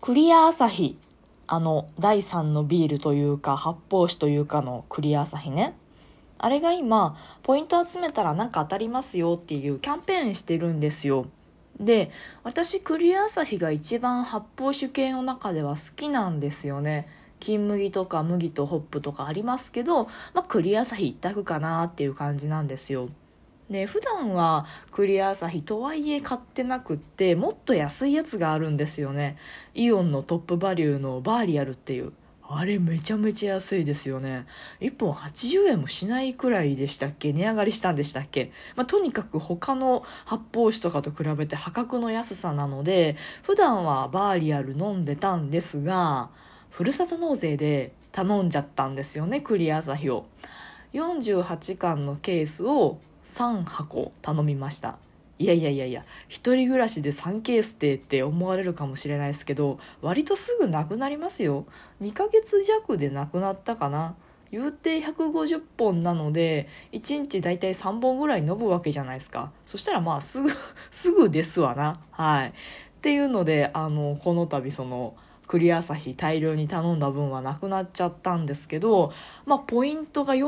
クリアアサヒ、第3のビールというか発泡酒というかのクリアアサヒね。あれが今ポイント集めたらなんか当たりますよっていうキャンペーンしてるんですよ。で、私クリアアサヒが一番発泡酒系の中では好きなんですよね。金麦とか麦とホップとかありますけど、クリアアサヒ一択かなっていう感じなんですよ。で、普段はクリアアサヒとはいえ買ってなくって、もっと安いやつがあるんですよね。イオンのトップバリューのバーリアルっていう、あれめちゃめちゃ安いですよね。1本80円もしないくらいでしたっけ、値上がりしたんでしたっけ。とにかく他の発泡酒とかと比べて破格の安さなので、普段はバーリアル飲んでたんですが、ふるさと納税で頼んじゃったんですよね、クリアアサヒを。48缶のケースを3箱頼みました。いやいやいやいや、一人暮らしで3ケースって思われるかもしれないですけど、割とすぐなくなりますよ。2ヶ月弱でなくなったかな。言うて150本なので1日だいたい3本ぐらい飲むわけじゃないですか。そしたらすぐすぐですわな。はい。っていうので、この度クリアアサヒ大量に頼んだ分はなくなっちゃったんですけど、ポイントが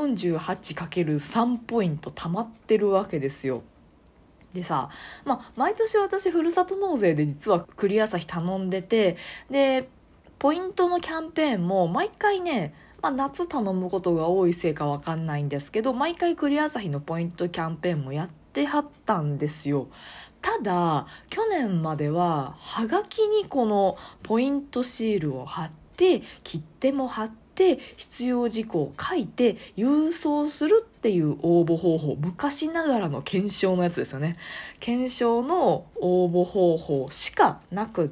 48×3 ポイント貯まってるわけですよ。でさ、毎年私ふるさと納税で実はクリアアサヒ頼んでて、でポイントのキャンペーンも毎回ね、夏頼むことが多いせいかわかんないんですけど、毎回クリアアサヒのポイントキャンペーンもやってはったんですよ。ただ去年までははがきにこのポイントシールを貼って、切手も貼って、必要事項を書いて郵送するっていう応募方法、昔ながらの検証のやつですよね。検証の応募方法しかなくって、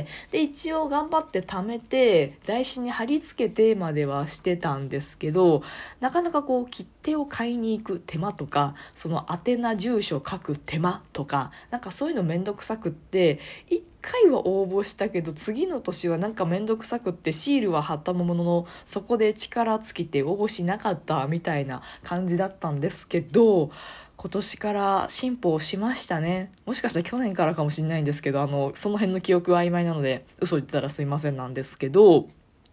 で一応頑張って貯めて台紙に貼り付けてまではしてたんですけど、なかなか切手を買いに行く手間とか、その宛名住所書く手間とか、そういうのめんどくさくって、1回は応募したけど次の年はめんどくさくって、シールは貼ったもののそこで力尽きて応募しなかったみたいな感じだったんですけど、今年から進歩しましたね。もしかしたら去年からかもしれないんですけど、その辺の記憶は曖昧なので嘘言ってたらすいませんなんですけど、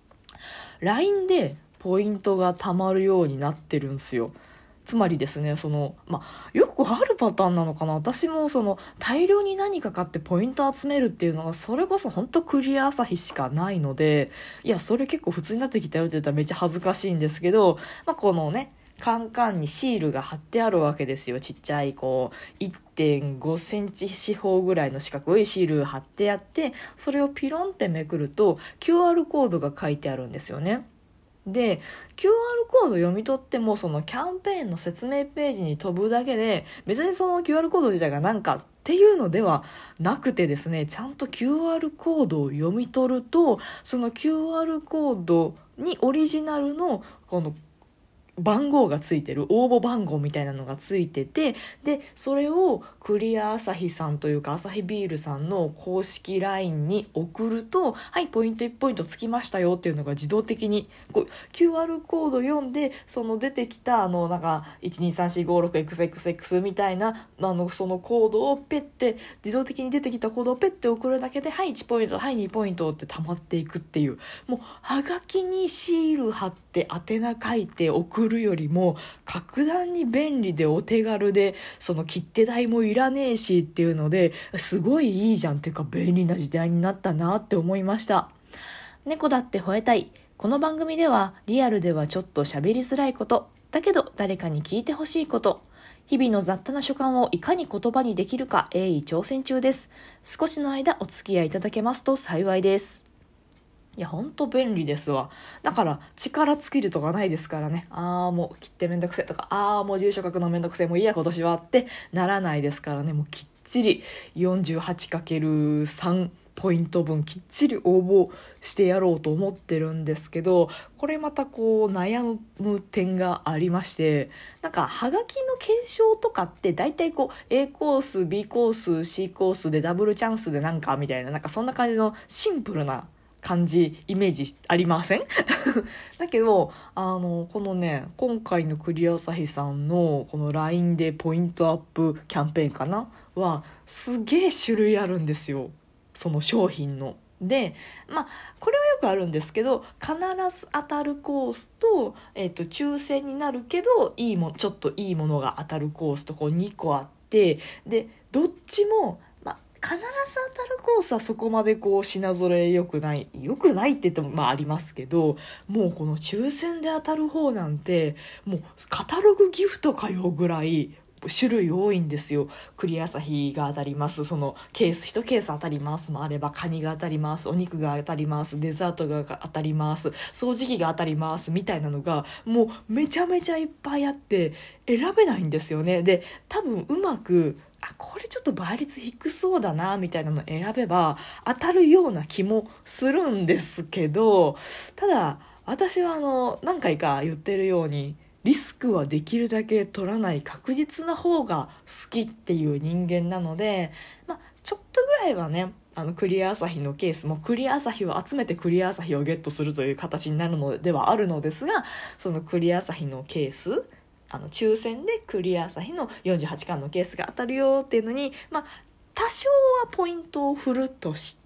LINE でポイントが貯まるようになってるんですよ。つまりですね、よくあるパターンなのかな。私も大量に何か買ってポイント集めるっていうのが、それこそ本当クリア朝日しかないので、いやそれ結構普通になってきたよって言ったらめっちゃ恥ずかしいんですけど、このねカンカンにシールが貼ってあるわけですよ。ちっちゃい1.5 センチ四方ぐらいの四角いシールが貼ってあって、それをピロンってめくると QR コードが書いてあるんですよね。で QR コード読み取っても、そのキャンペーンの説明ページに飛ぶだけで、別にその QR コード自体が何かっていうのではなくてですね、ちゃんと QR コードを読み取ると、その QR コードにオリジナルのこの番号がついてる、応募番号みたいなのがついてて、でそれをクリアアサヒさんというかアサヒビールさんの公式 LINE に送ると、はいポイント1ポイントつきましたよっていうのが自動的にQR コード読んで、その出てきた1234566XXX みたいなそのコードをペッて、自動的に出てきたコードをペッて送るだけで、はい1ポイント、はい2ポイントって溜まっていくっていう、もうはがきにシール貼って宛名書いて送るよりも格段に便利でお手軽で、その切手代もいらねえしっていうので、すごいいいじゃんっていうか便利な時代になったなって思いました。猫だって吠えたい。この番組ではリアルではちょっと喋りづらいこと、だけど誰かに聞いてほしいこと、日々の雑多な所感をいかに言葉にできるか鋭意挑戦中です。少しの間お付き合いいただけますと幸いです。いやほんと便利ですわ。だから力尽きるとかないですからね。もう切ってめんどくせえとか、もう住所書くのめんどくせえ、もういいや今年はってならないですからね。もうきっちり 48×3 ポイント分きっちり応募してやろうと思ってるんですけど、これまた悩む点がありまして、はがきの検証とかってだいたいA コース B コース C コースでダブルチャンスでみたいな、そんな感じのシンプルな感じイメージありませんだけどこのね、今回のクリアアサヒさんのこの LINE でポイントアップキャンペーンかなはすげえ種類あるんですよ、その商品の。 でこれはよくあるんですけど、必ず当たるコースと、抽選になるけどちょっといいものが当たるコースとこう2個あって、でどっちも、必ず当たるコースはそこまでこう品揃え良くないって言ってもありますけど、もうこの抽選で当たる方なんてもうカタログギフトかよぐらい種類多いんですよ。栗朝日が当たります、そのケース1ケース当たりますもあれば、カニが当たります、お肉が当たります、デザートが当たります、掃除機が当たりますみたいなのがもうめちゃめちゃいっぱいあって選べないんですよね。で多分うまくこれちょっと倍率低そうだなみたいなのを選べば当たるような気もするんですけど、ただ私は何回か言ってるようにリスクはできるだけ取らない確実な方が好きっていう人間なので、ちょっとぐらいはねクリア朝日のケースもクリア朝日を集めてクリア朝日をゲットするという形になるのではあるのですが、そのクリア朝日のケース抽選でクリア朝日の48巻のケースが当たるよっていうのに多少はポイントを振るとして、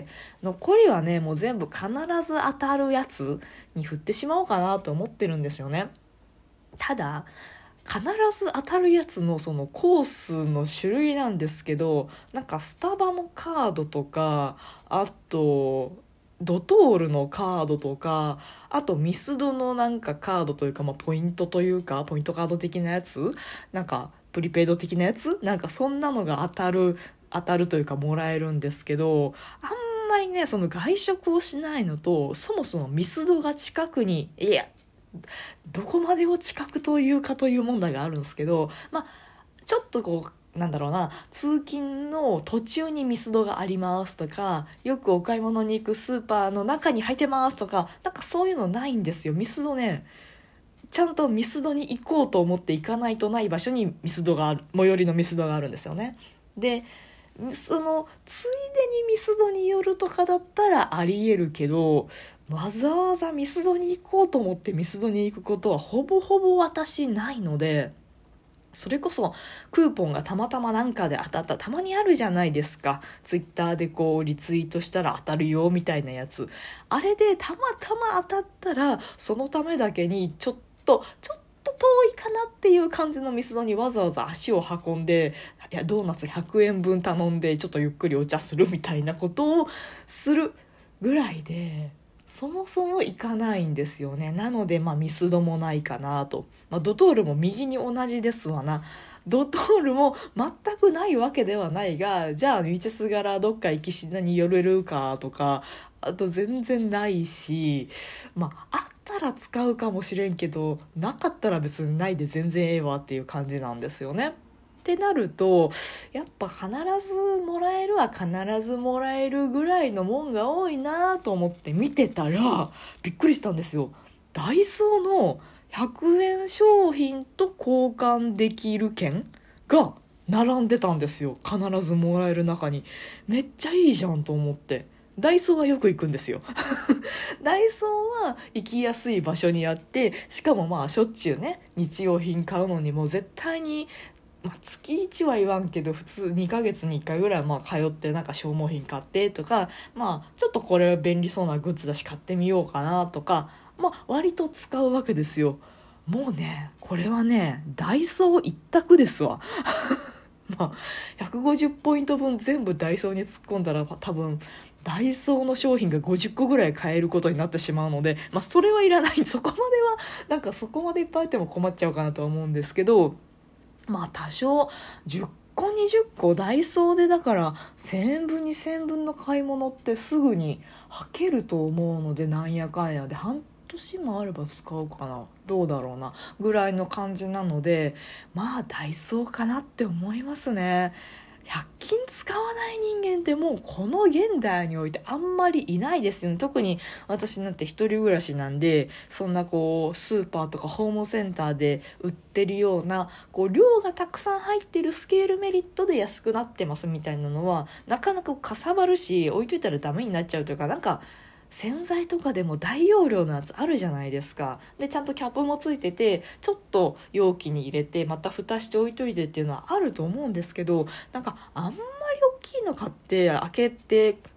残りはねもう全部必ず当たるやつに振ってしまおうかなと思ってるんですよね。ただ必ず当たるやつのそのコースの種類なんですけど、なんかスタバのカードとか、あとドトールのカードとか、あとミスドのなんかカードというか、ポイントというかポイントカード的なやつ、なんかプリペイド的なやつ、なんかそんなのが当たるというかもらえるんですけど、あんまりねその外食をしないのと、そもそもミスドが近くにどこまでを近くというかという問題があるんですけど、ちょっとこうなんだろうな、通勤の途中にミスドがありますとか、よくお買い物に行くスーパーの中に入ってますとか、なんかそういうのないんですよ。ミスドね、ちゃんとミスドに行こうと思って行かないとない場所にミスドがある、最寄りのミスドがあるんですよね。でそのついでにミスドに寄るとかだったらありえるけど、わざわざミスドに行こうと思ってミスドに行くことはほぼほぼ私ないので、それこそクーポンがたまたまなんかで当たった、たまにあるじゃないですか、ツイッターでこうリツイートしたら当たるよみたいなやつ、あれでたまたま当たったらそのためだけにちょっと遠いかなっていう感じのミスドにわざわざ足を運んで、ドーナツ100円分頼んでちょっとゆっくりお茶するみたいなことをするぐらいで、そもそも行かないんですよね。なのでミスドもないかなと、ドトールも右に同じですわな。ドトールも全くないわけではないが、じゃあ道すがらどっか行きしなに寄れるかとか、あと全然ないし、あったら使うかもしれんけど、なかったら別にないで全然ええわっていう感じなんですよね。ってなるとやっぱ必ずもらえるは必ずもらえるぐらいのもんが多いなと思って見てたらびっくりしたんですよ。ダイソーの100円商品と交換できる券が並んでたんですよ。必ずもらえる中に。めっちゃいいじゃんと思って。ダイソーはよく行くんですよ。ダイソーは行きやすい場所にあって、しかもしょっちゅうね日用品買うのにも絶対に月1は言わんけど普通2ヶ月に1回ぐらい通ってなんか消耗品買ってとか、ちょっとこれ便利そうなグッズだし買ってみようかなとか、割と使うわけですよ。もうねこれはねダイソー一択ですわ。150ポイント分全部ダイソーに突っ込んだら多分ダイソーの商品が50個ぐらい買えることになってしまうので、それはいらない。そこまではなんかそこまでいっぱいあっても困っちゃうかなとは思うんですけど、多少10個20個ダイソーでだから1000円分2000円分の買い物ってすぐにはけると思うので、なんやかんやで半年もあれば使うかな、どうだろうなぐらいの感じなので、ダイソーかなって思いますね。100均使わない人間ってもうこの現代においてあんまりいないですよね。特に私なんて一人暮らしなんで、そんなこうスーパーとかホームセンターで売ってるような量がたくさん入ってるスケールメリットで安くなってますみたいなのはなかなかかさばるし、置いといたらダメになっちゃうというか、なんか洗剤とかでも大容量のやつあるじゃないですか。でちゃんとキャップもついててちょっと容器に入れてまた蓋して置いといてっていうのはあると思うんですけど、なんかあんまり大きいの買って開けて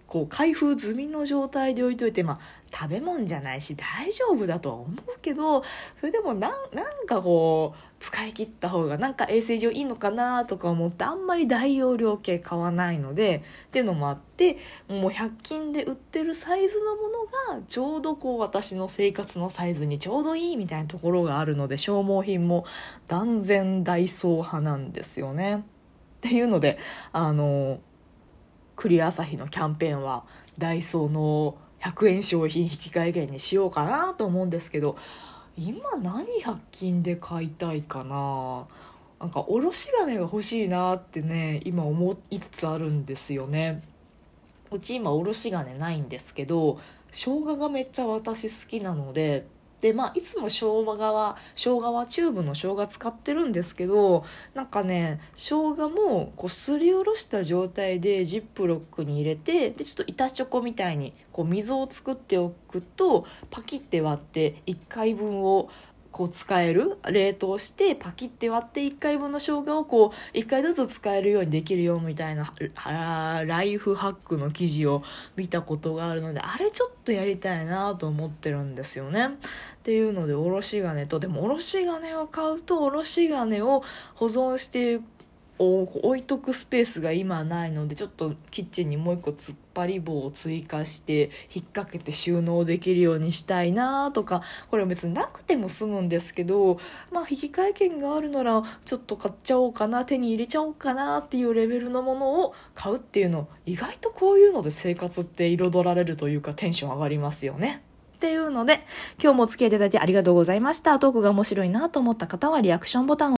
こう開封済みの状態で置いといて、食べ物じゃないし大丈夫だとは思うけど、それでもなんかこう使い切った方がなんか衛生上いいのかなとか思って、あんまり大容量系買わないのでっていうのもあって、もう100均で売ってるサイズのものがちょうどこう私の生活のサイズにちょうどいいみたいなところがあるので、消耗品も断然ダイソー派なんですよね。っていうのでクリアアサヒのキャンペーンはダイソーの100円商品引換券にしようかなと思うんですけど、今何100均で買いたいかな。なんかおろし金が欲しいなってね、今思いつつあるんですよね。うち今おろし金ないんですけど、生姜がめっちゃ私好きなので、いつも生姜はチューブの生姜使ってるんですけど、なんかね生姜もこうすりおろした状態でジップロックに入れて、でちょっと板チョコみたいにこう溝を作っておくと、パキって割って1回分をこう使える、冷凍してパキって割って1回分の生姜をこう1回ずつ使えるようにできるよみたいなライフハックの記事を見たことがあるので、あれちょっとやりたいなと思ってるんですよね。っていうのでおろし金と、でもおろし金を買うとおろし金を保存して置いとくスペースが今ないので、ちょっとキッチンにもう一個突っ張り棒を追加して引っ掛けて収納できるようにしたいなとか、これ別になくても済むんですけど、引換券があるならちょっと買っちゃおうかな、手に入れちゃおうかなっていうレベルのものを買うっていうの、意外とこういうので生活って彩られるというか、テンション上がりますよね。っていうので、今日もお付き合いいただいてありがとうございました。トークが面白いなと思った方はリアクションボタンを